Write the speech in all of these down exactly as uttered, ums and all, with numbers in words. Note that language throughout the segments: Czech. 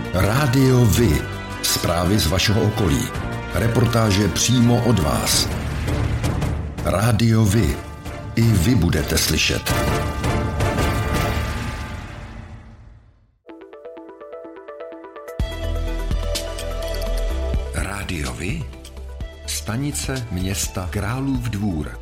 Rádio Vy. Zprávy z vašeho okolí. Reportáže přímo od vás. Rádio Vy. I vy budete slyšet. Rádio Vy. Stanice města Králův Dvůr.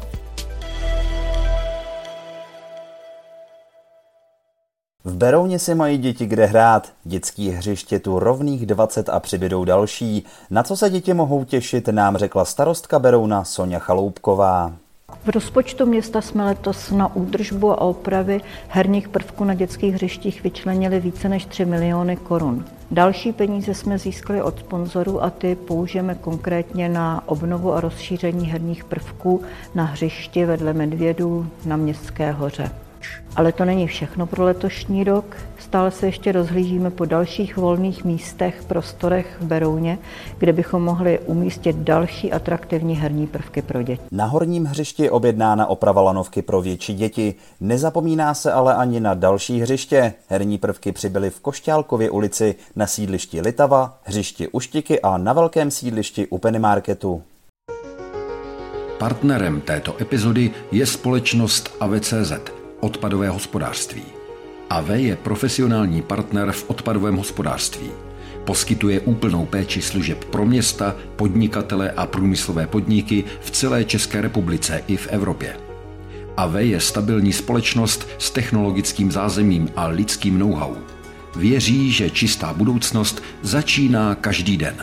V Berouně si mají děti kde hrát. Dětský hřiště tu rovných dvacet a přibydou další. Na co se děti mohou těšit, nám řekla starostka Berouna Soňa Chaloupková. V rozpočtu města jsme letos na údržbu a opravy herních prvků na dětských hřištích vyčlenili více než tři miliony korun. Další peníze jsme získali od sponzorů a ty použijeme konkrétně na obnovu a rozšíření herních prvků na hřišti vedle Medvědů na Městské hoře. Ale to není všechno pro letošní rok. Stále se ještě rozhlížíme po dalších volných místech, prostorech v Berouně, kde bychom mohli umístit další atraktivní herní prvky pro děti. Na horním hřišti je objednána oprava lanovky pro větší děti. Nezapomíná se ale ani na další hřiště. Herní prvky přibyly v Košťálkově ulici, na sídlišti Litava, hřišti Uštiky a na velkém sídlišti u Penny Marketu. Partnerem této epizody je společnost A V tečka cé zet, odpadové hospodářství. A V je profesionální partner v odpadovém hospodářství. Poskytuje úplnou péči služeb pro města, podnikatele a průmyslové podniky v celé České republice i v Evropě. A V je stabilní společnost s technologickým zázemím a lidským know-how. Věří, že čistá budoucnost začíná každý den.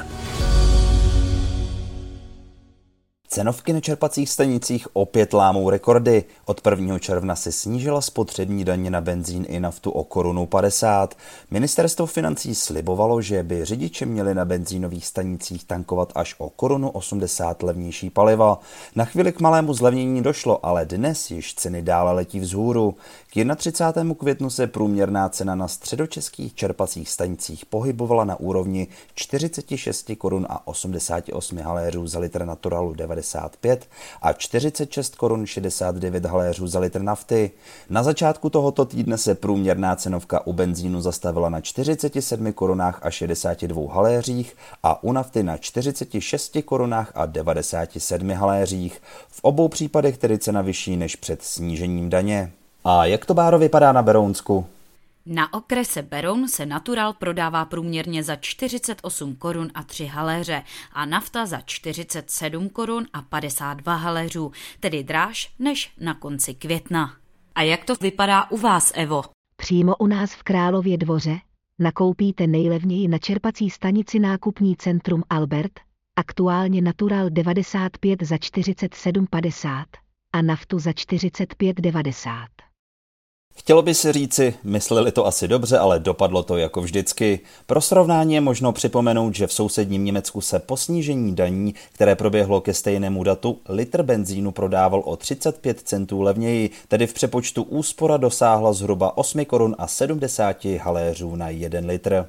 Cenovky na čerpacích stanicích opět lámou rekordy. Od prvního června se snížila spotřební daň na benzín i naftu o korunu padesát. Ministerstvo financí slibovalo, že by řidiči měli na benzínových stanicích tankovat až o korunu osmdesát levnější paliva. Na chvíli k malému zlevnění došlo, ale dnes již ceny dále letí vzhůru. K třicátému prvnímu květnu se průměrná cena na středočeských čerpacích stanicích pohybovala na úrovni čtyřicet šest korun a osmdesát osm haléřů za litr naturalu devadesát pět a čtyřicet šest korun šedesát devět haléřů za litr nafty. Na začátku tohoto týdne se průměrná cenovka u benzínu zastavila na čtyřicet sedm korunách a šedesát dva haléřích a u nafty na čtyřicet šest korunách a devadesát sedm haléřích. V obou případech tedy cena vyšší než před snížením daně. A jak to, Báro, vypadá na Berounsku? Na okrese Beroun se natural prodává průměrně za čtyřicet osm korun a tři haléře a nafta za čtyřicet sedm korun a padesát dva haléřů, tedy dráž než na konci května. A jak to vypadá u vás, Evo? Přímo u nás v Králově Dvoře nakoupíte nejlevněji na čerpací stanici nákupní centrum Albert, aktuálně natural devadesát pět za čtyřicet sedm padesát a naftu za čtyřicet pět devadesát. Chtělo by si říci, mysleli to asi dobře, ale dopadlo to jako vždycky. Pro srovnání je možno připomenout, že v sousedním Německu se po snížení daní, které proběhlo ke stejnému datu, litr benzínu prodával o třicet pět centů levněji, tedy v přepočtu úspora dosáhla zhruba osm korun a sedmdesát haléřů na jeden litr.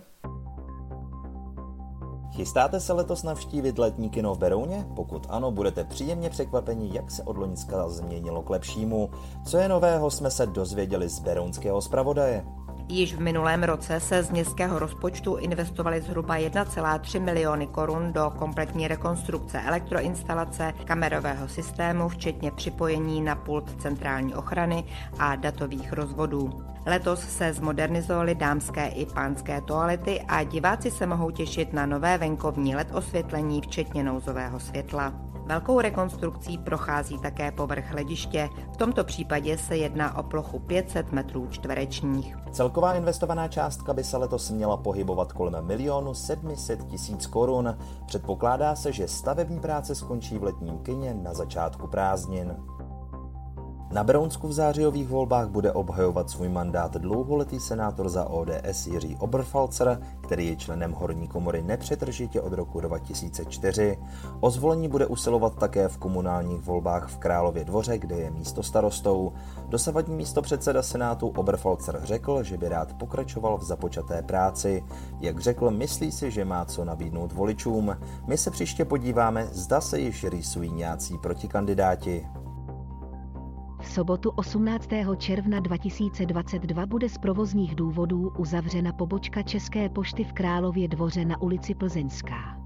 Chystáte se letos navštívit letní kino v Berouně? Pokud ano, budete příjemně překvapeni, jak se od loňska změnilo k lepšímu. Co je nového, jsme se dozvěděli z berounského zpravodaje. Již v minulém roce se z městského rozpočtu investovali zhruba jedna celá tři miliony korun do kompletní rekonstrukce elektroinstalace, kamerového systému, včetně připojení na pult centrální ochrany a datových rozvodů. Letos se zmodernizovaly dámské i pánské toalety a diváci se mohou těšit na nové venkovní el é dé osvětlení, včetně nouzového světla. Velkou rekonstrukcí prochází také povrch hlediště. V tomto případě se jedná o plochu pět set metrů čtverečních. Celková investovaná částka by se letos měla pohybovat kolem milionu sedm set tisíc korun. Předpokládá se, že stavební práce skončí v letním kině na začátku prázdnin. Na Berounsku v zářijových volbách bude obhajovat svůj mandát dlouholetý senátor za ó dé es Jiří Oberfalzer, který je členem horní komory nepřetržitě od roku dva tisíce čtyři. O zvolení bude usilovat také v komunálních volbách v Králově Dvoře, kde je místostarostou. Dosavadní místopředseda senátu Oberfalzer řekl, že by rád pokračoval v započaté práci. Jak řekl, myslí si, že má co nabídnout voličům. My se příště podíváme, zda se již rýsují nějací protikandidáti. sobotu osmnáctého června dva tisíce dvacet dva bude z provozních důvodů uzavřena pobočka České pošty v Králově Dvoře na ulici Plzeňská.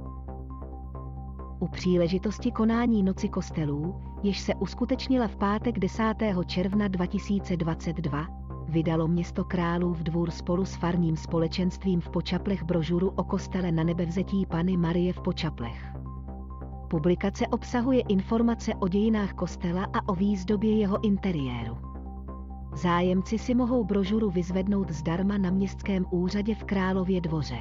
U příležitosti konání Noci kostelů, jež se uskutečnila v pátek desátého června dva tisíce dvacet dva, vydalo město Králův Dvůr spolu s farním společenstvím v Počaplech brožuru o kostele Nanebevzetí Panny Marie v Počaplech. Publikace obsahuje informace o dějinách kostela a o výzdobě jeho interiéru. Zájemci si mohou brožuru vyzvednout zdarma na Městském úřadě v Králově Dvoře.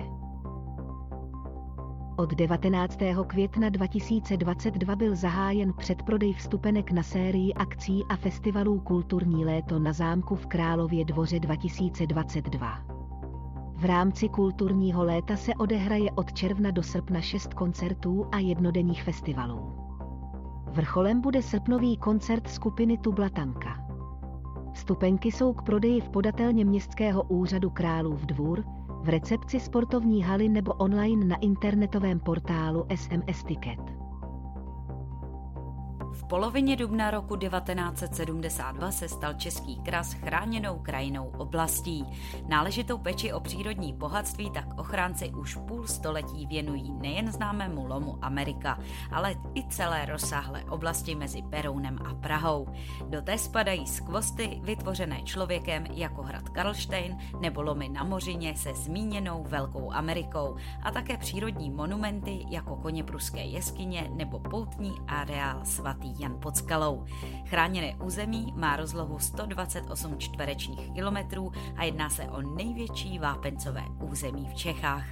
Od devatenáctého května dva tisíce dvacet dva byl zahájen předprodej vstupenek na sérii akcí a festivalů Kulturní léto na zámku v Králově Dvoře dva tisíce dvacet dva. V rámci kulturního léta se odehraje od června do srpna šest koncertů a jednodenních festivalů. Vrcholem bude srpnový koncert skupiny Tublatanka. Vstupenky jsou k prodeji v podatelně Městského úřadu Králův Dvůr, v recepci sportovní haly nebo online na internetovém portálu S M S Ticket. V polovině dubna roku devatenáct set sedmdesát dva se stal Český Kras chráněnou krajinnou oblastí. Náležitou péči o přírodní bohatství tak ochránci už půl století věnují nejen známému lomu Amerika, ale i celé rozsáhlé oblasti mezi Berounem a Prahou. Do té spadají skvosty vytvořené člověkem jako hrad Karlštejn nebo lomy na Mořině se zmíněnou Velkou Amerikou a také přírodní monumenty jako Koněpruské jeskyně nebo poutní areál svatý Jan pod Skalou. Chráněné území má rozlohu sto dvacet osm čtverečních kilometrů a jedná se o největší vápencové území v Čechách.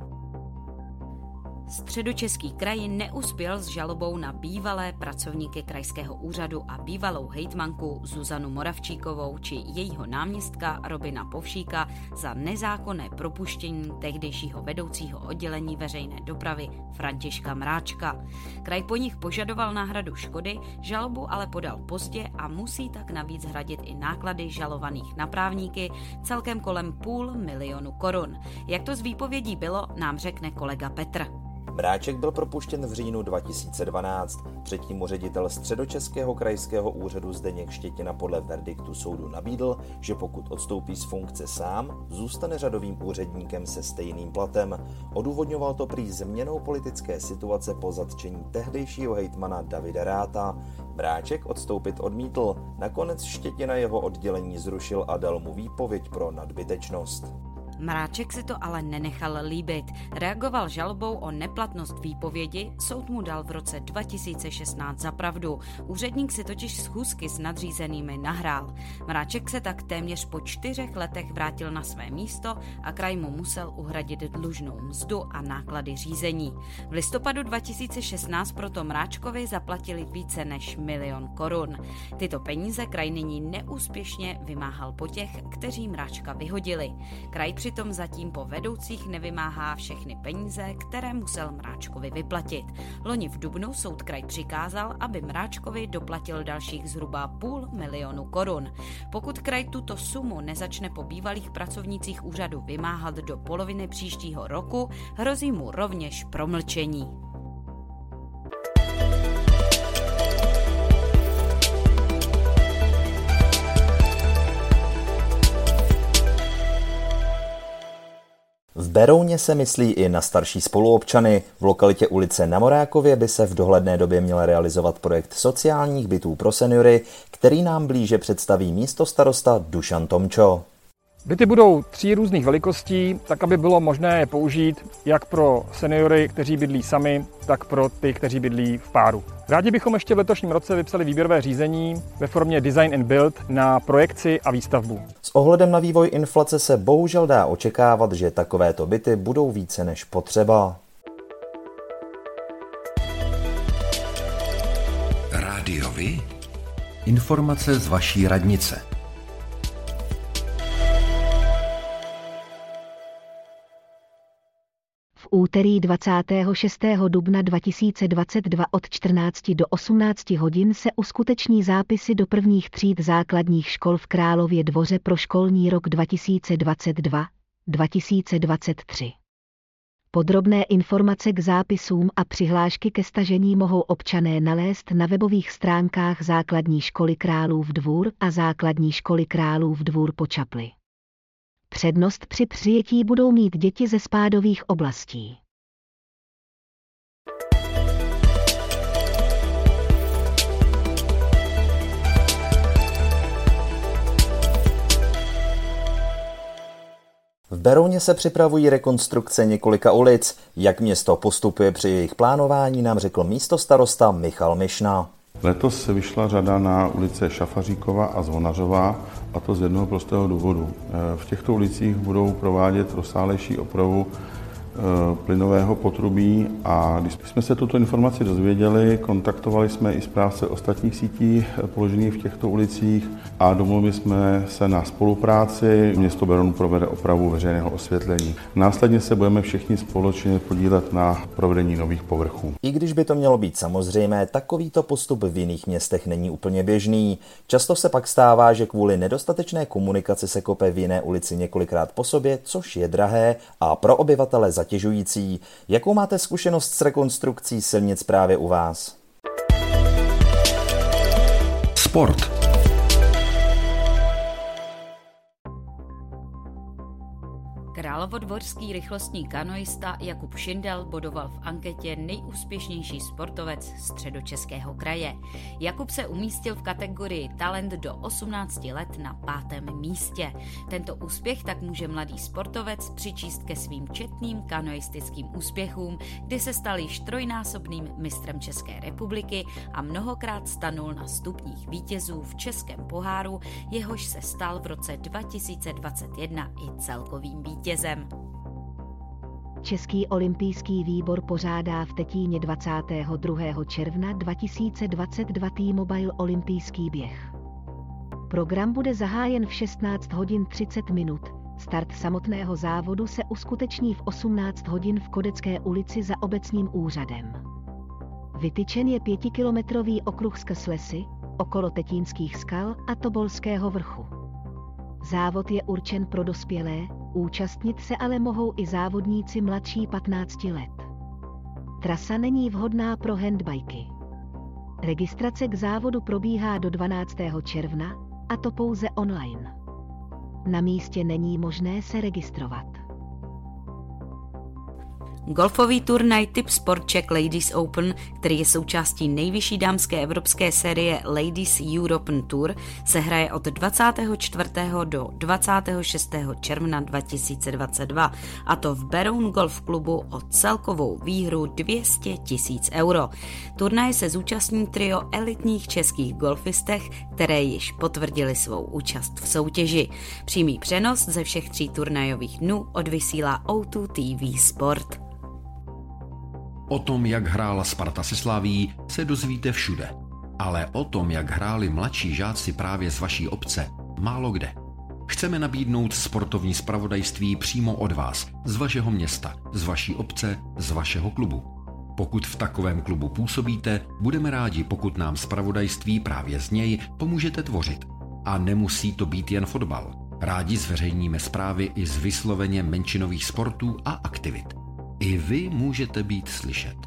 Středočeský kraj neuspěl s žalobou na bývalé pracovníky krajského úřadu a bývalou hejtmanku Zuzanu Moravčíkovou či jejího náměstka Robina Povšíka za nezákonné propuštění tehdejšího vedoucího oddělení veřejné dopravy Františka Mráčka. Kraj po nich požadoval náhradu škody, žalobu ale podal pozdě a musí tak navíc hradit i náklady žalovaných na právníky, celkem kolem půl milionu korun. Jak to z výpovědí bylo, nám řekne kolega Petr. Mráček byl propuštěn v říjnu dva tisíce dvanáct. Předtím mu ředitel Středočeského krajského úřadu Zdeněk Štětina podle verdiktu soudu nabídl, že pokud odstoupí z funkce sám, zůstane řadovým úředníkem se stejným platem. Odůvodňoval to prý změnou politické situace po zatčení tehdejšího hejtmana Davida Ratha. Mráček odstoupit odmítl. Nakonec Štětina jeho oddělení zrušil a dal mu výpověď pro nadbytečnost. Mráček si to ale nenechal líbit. Reagoval žalobou o neplatnost výpovědi, soud mu dal v roce dva tisíce šestnáct za pravdu. Úředník si totiž schůzky s nadřízenými nahrál. Mráček se tak téměř po čtyřech letech vrátil na své místo a kraj mu musel uhradit dlužnou mzdu a náklady řízení. V listopadu dva tisíce šestnáct proto Mráčkovi zaplatili více než milion korun. Tyto peníze kraj nyní neúspěšně vymáhal po těch, kteří Mráčka vyhodili. Kraj přitom zatím po vedoucích nevymáhá všechny peníze, které musel Mráčkovi vyplatit. Loni v dubnu soud kraj přikázal, aby Mráčkovi doplatil dalších zhruba půl milionu korun. Pokud kraj tuto sumu nezačne po bývalých pracovnících úřadu vymáhat do poloviny příštího roku, hrozí mu rovněž promlčení. V Berouně se myslí i na starší spoluobčany. V lokalitě ulice na Morákově by se v dohledné době měl realizovat projekt sociálních bytů pro seniory, který nám blíže představí místostarosta Dušan Tomčo. Byty budou tří různých velikostí, tak aby bylo možné je použít jak pro seniory, kteří bydlí sami, tak pro ty, kteří bydlí v páru. Rádi bychom ještě v letošním roce vypsali výběrové řízení ve formě Design and Build na projekci a výstavbu. S ohledem na vývoj inflace se bohužel dá očekávat, že takovéto byty budou více než potřeba. Rádiovi? Informace z vaší radnice. V úterý dvacátého šestého dubna dva tisíce dvacet dva od čtrnácti do osmnácti hodin se uskuteční zápisy do prvních tříd základních škol v Králově Dvoře pro školní rok dva tisíce dvacet dva dva tisíce dvacet tři. Podrobné informace k zápisům a přihlášky ke stažení mohou občané nalézt na webových stránkách Základní školy Králův Dvůr a Základní školy Králův Dvůr po Čapli. Přednost při přijetí budou mít děti ze spádových oblastí. V Berouně se připravují rekonstrukce několika ulic. Jak město postupuje při jejich plánování, nám řekl místostarosta Michal Mišna. Letos se vyšla řada na ulice Šafaříkova a Zvonařová, a to z jednoho prostého důvodu. V těchto ulicích budou provádět rozsáhlejší opravu plynového potrubí a když jsme se tuto informaci dozvěděli, kontaktovali jsme i správce ostatních sítí položených v těchto ulicích a domluvili jsme se na spolupráci. Město Beroun provede opravu veřejného osvětlení. Následně se budeme všichni společně podílet na provedení nových povrchů. I když by to mělo být samozřejmé, takovýto postup v jiných městech není úplně běžný. Často se pak stává, že kvůli nedostatečné komunikaci se kope v jiné ulici několikrát po sobě, což je drahé a pro obyvatele zatěžující. Jakou máte zkušenost s rekonstrukcí silnic právě u vás? Sport. Královodvorský rychlostní kanoista Jakub Šindel bodoval v anketě nejúspěšnější sportovec Středočeského kraje. Jakub se umístil v kategorii talent do osmnácti let na pátém místě. Tento úspěch tak může mladý sportovec přičíst ke svým četným kanoistickým úspěchům, kdy se stal již trojnásobným mistrem České republiky a mnohokrát stanul na stupních vítězů v Českém poháru, jehož se stal v roce dva tisíce dvacet jedna i celkovým vítězem. Český olympijský výbor pořádá v Tetíně dvacátého druhého června dva tisíce dvacet dva T-Mobile olympijský běh. Program bude zahájen v šestnáct hodin třicet minut. Start samotného závodu se uskuteční v osmnáct hodin v Kodecké ulici za obecním úřadem. Vytyčen je pětikilometrový okruh skrz lesy, okolo Tetínských skal a Tobolského vrchu. Závod je určen pro dospělé, účastnit se ale mohou i závodníci mladší patnácti let. Trasa není vhodná pro handbajky. Registrace k závodu probíhá do dvanáctého června, a to pouze online. Na místě není možné se registrovat. Golfový turnaj Tip Sport Czech Ladies Open, který je součástí nejvyšší dámské evropské série Ladies European Tour, se hraje od dvacátého čtvrtého do dvacátého šestého června dva tisíce dvacet dva, a to v Beroun Golf klubu o celkovou výhru dvě stě tisíc euro. Turnaje se zúčastní trio elitních českých golfistech, které již potvrdili svou účast v soutěži. Přímý přenos ze všech tří turnajových dnů odvysílá O dva T V Sport. O tom, jak hrála Sparta se Slavií, se dozvíte všude. Ale o tom, jak hráli mladší žáci právě z vaší obce, málo kde. Chceme nabídnout sportovní zpravodajství přímo od vás, z vašeho města, z vaší obce, z vašeho klubu. Pokud v takovém klubu působíte, budeme rádi, pokud nám zpravodajství právě z něj pomůžete tvořit. A nemusí to být jen fotbal. Rádi zveřejníme zprávy i z vysloveně menšinových sportů a aktivit. I vy můžete být slyšet.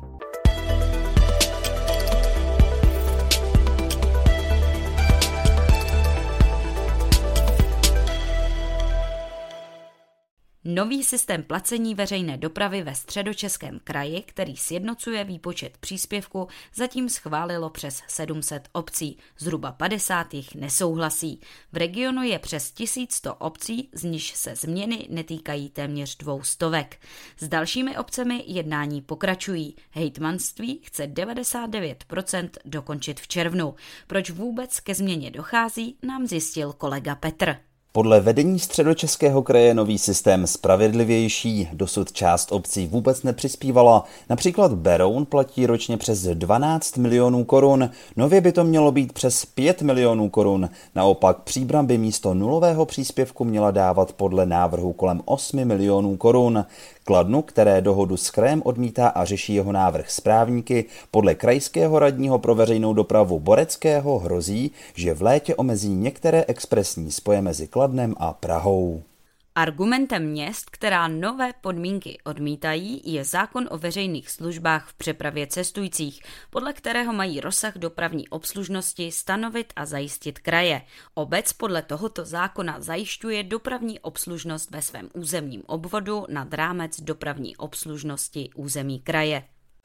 Nový systém placení veřejné dopravy ve Středočeském kraji, který sjednocuje výpočet příspěvku, zatím schválilo přes sedm set obcí, zhruba padesát jich nesouhlasí. V regionu je přes tisíc sto obcí, z nichž se změny netýkají téměř dvou stovek. S dalšími obcemi jednání pokračují. Hejtmanství chce devadesát devět procent dokončit v červnu. Proč vůbec ke změně dochází, nám zjistil kolega Petr. Podle vedení Středočeského kraje nový systém spravedlivější, dosud část obcí vůbec nepřispívala. Například Beroun platí ročně přes dvanáct milionů korun, nově by to mělo být přes pět milionů korun. Naopak Příbram by místo nulového příspěvku měla dávat podle návrhu kolem osm milionů korun. Kladno, které dohodu s krajem odmítá a řeší jeho návrh s právníky, podle krajského radního pro veřejnou dopravu Boreckého hrozí, že v létě omezí některé expresní spoje mezi Kladnem a Prahou. Argumentem měst, která nové podmínky odmítají, je zákon o veřejných službách v přepravě cestujících, podle kterého mají rozsah dopravní obslužnosti stanovit a zajistit kraje. Obec podle tohoto zákona zajišťuje dopravní obslužnost ve svém územním obvodu nad rámec dopravní obslužnosti území kraje.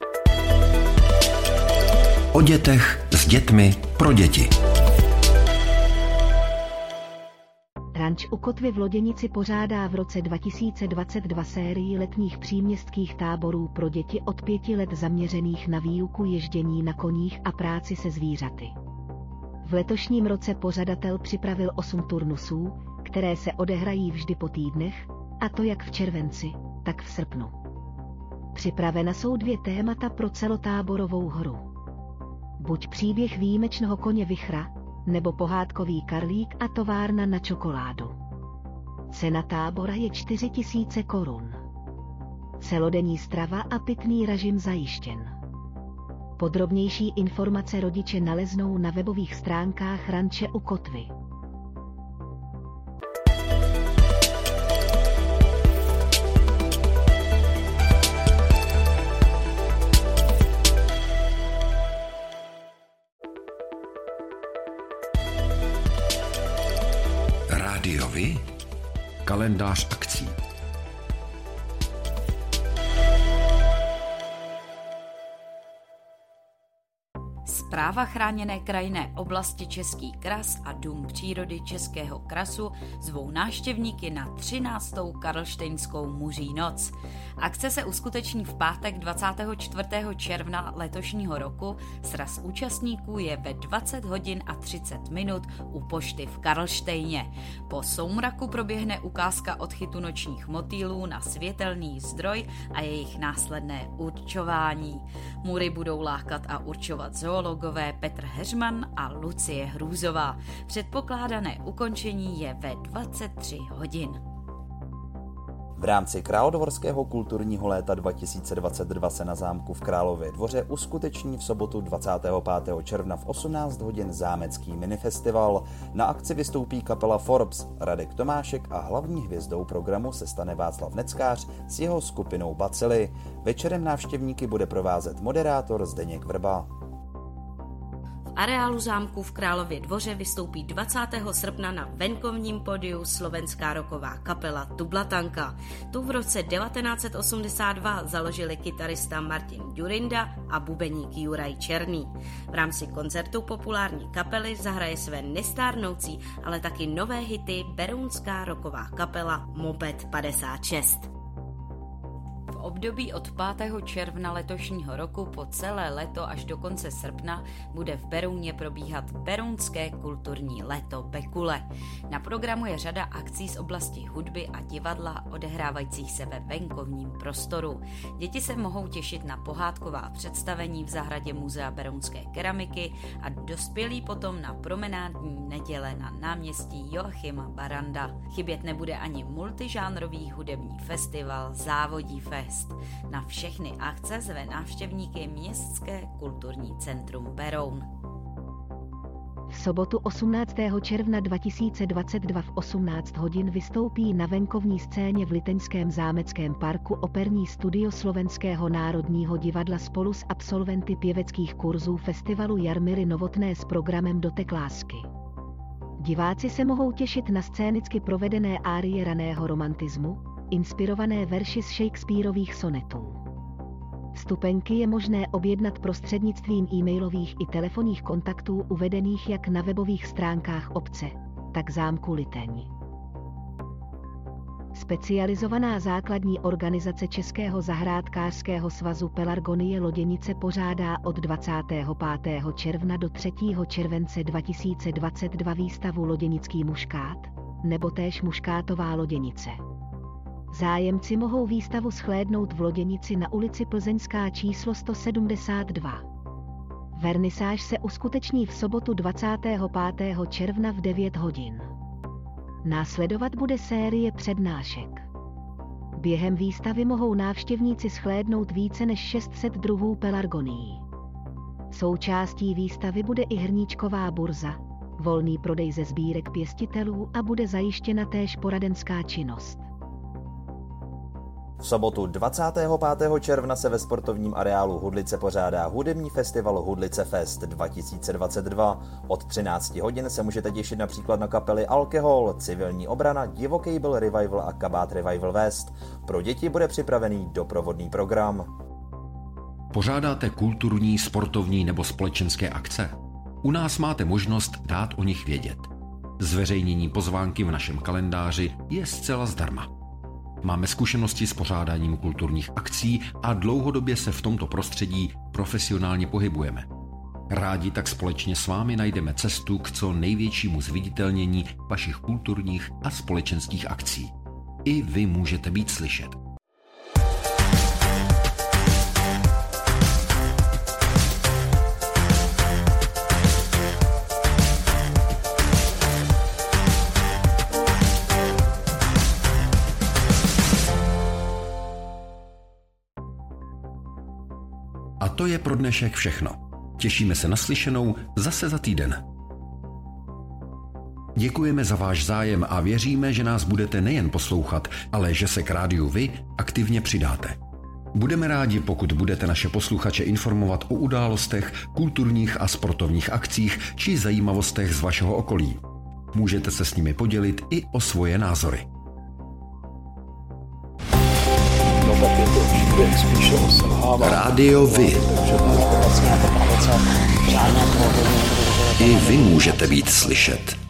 O dětech, s dětmi, pro děti. Ranč u Kotvy v Loděnici pořádá v roce dva tisíce dvacet dva sérii letních příměstských táborů pro děti od pěti let zaměřených na výuku ježdění na koních a práci se zvířaty. V letošním roce pořadatel připravil osm turnusů, které se odehrají vždy po týdnech, a to jak v červenci, tak v srpnu. Připravena jsou dvě témata pro celotáborovou hru. Buď příběh výjimečného koně Vichra, nebo pohádkový karlík a továrna na čokoládu. Cena tábora je čtyři tisíce korun. Celodenní strava a pitný režim zajištěn. Podrobnější informace rodiče naleznou na webových stránkách Ranče u Kotvy. Rádiovi? Kalendář akcí. Správa chráněné krajinné oblasti Český kras a Dům přírody Českého krasu zvou návštěvníky na třináctou karlštejnskou muří noc. Akce se uskuteční v pátek dvacátého čtvrtého června letošního roku. Sraz účastníků je ve dvacet hodin a třicet minut u pošty v Karlštejně. Po soumraku proběhne ukázka odchytu nočních motýlů na světelný zdroj a jejich následné určování. Mury budou lákat a určovat zoologové Petr Heřman a Lucie Hrůzová. Předpokládané ukončení je ve dvacet tři hodin. V rámci Královorského kulturního léta dva tisíce dvacet dva se na zámku v Králově Dvoře uskuteční v sobotu dvacátého pátého června v osmnáct hodin zámecký minifestival. Na akci vystoupí kapela Forbes, Radek Tomášek a hlavní hvězdou programu se stane Václav Neckář s jeho skupinou Bacily. Večerem návštěvníky bude provázet moderátor Zdeněk Vrba. V areálu zámku v Králově Dvoře vystoupí dvacátého srpna na venkovním pódiu slovenská rocková kapela Tublatanka. Tu v roce devatenáct set osmdesát dva založili kytarista Martin Ďurinda a bubeník Juraj Černý. V rámci koncertu populární kapely zahraje své nestárnoucí, ale taky nové hity berounská rocková kapela Moped padesát šest. V období od pátého června letošního roku po celé léto až do konce srpna bude v Berouně probíhat Berounské kulturní léto Bekule. Na programu je řada akcí z oblasti hudby a divadla odehrávajících se ve venkovním prostoru. Děti se mohou těšit na pohádková představení v zahradě Muzea berounské keramiky a dospělí potom na promenádní neděle na náměstí Joachima Baranda. Chybět nebude ani multižánrový hudební festival Závodí fest. Na všechny akce zve návštěvníky Městské kulturní centrum Beroun. V sobotu osmnáctého června dva tisíce dvacet dva v osmnáct hodin vystoupí na venkovní scéně v Liteňském zámeckém parku operní studio Slovenského národního divadla spolu s absolventy pěveckých kurzů festivalu Jarmily Novotné s programem Dotek lásky. Diváci se mohou těšit na scénicky provedené árie raného romantismu, inspirované verši z Shakespearových sonetů. Vstupenky je možné objednat prostřednictvím e-mailových i telefonních kontaktů uvedených jak na webových stránkách obce, tak zámku Liteň. Specializovaná základní organizace Českého zahrádkářského svazu Pelargonie Loděnice pořádá od dvacátého pátého června do třetího července dva tisíce dvacet dva výstavu Loděnický muškát, nebo též Muškátová Loděnice. Zájemci mohou výstavu shlédnout v Loděnici na ulici Plzeňská číslo sto sedmdesát dva. Vernisáž se uskuteční v sobotu dvacátého pátého června v devět hodin. Následovat bude série přednášek. Během výstavy mohou návštěvníci shlédnout více než šest set druhů pelargonií. Součástí výstavy bude i hrníčková burza, volný prodej ze sbírek pěstitelů a bude zajištěna též poradenská činnost. V sobotu dvacátého pátého června se ve sportovním areálu Hudlice pořádá hudební festival Hudlice Fest dva tisíce dvacet dva. Od třinácti hodin se můžete těšit například na kapely Alkohol, Civilní obrana, Divoký byl Revival a Kabát Revival West. Pro děti bude připravený doprovodný program. Pořádáte kulturní, sportovní nebo společenské akce? U nás máte možnost dát o nich vědět. Zveřejnění pozvánky v našem kalendáři je zcela zdarma. Máme zkušenosti s pořádáním kulturních akcí a dlouhodobě se v tomto prostředí profesionálně pohybujeme. Rádi tak společně s vámi najdeme cestu k co největšímu zviditelnění vašich kulturních a společenských akcí. I vy můžete být slyšet. A to je pro dnešek všechno. Těšíme se na slyšenou zase za týden. Děkujeme za váš zájem a věříme, že nás budete nejen poslouchat, ale že se k rádiu vy aktivně přidáte. Budeme rádi, pokud budete naše posluchače informovat o událostech, kulturních a sportovních akcích či zajímavostech z vašeho okolí. Můžete se s nimi podělit i o svoje názory. Rádio Vy. I vy můžete být slyšet.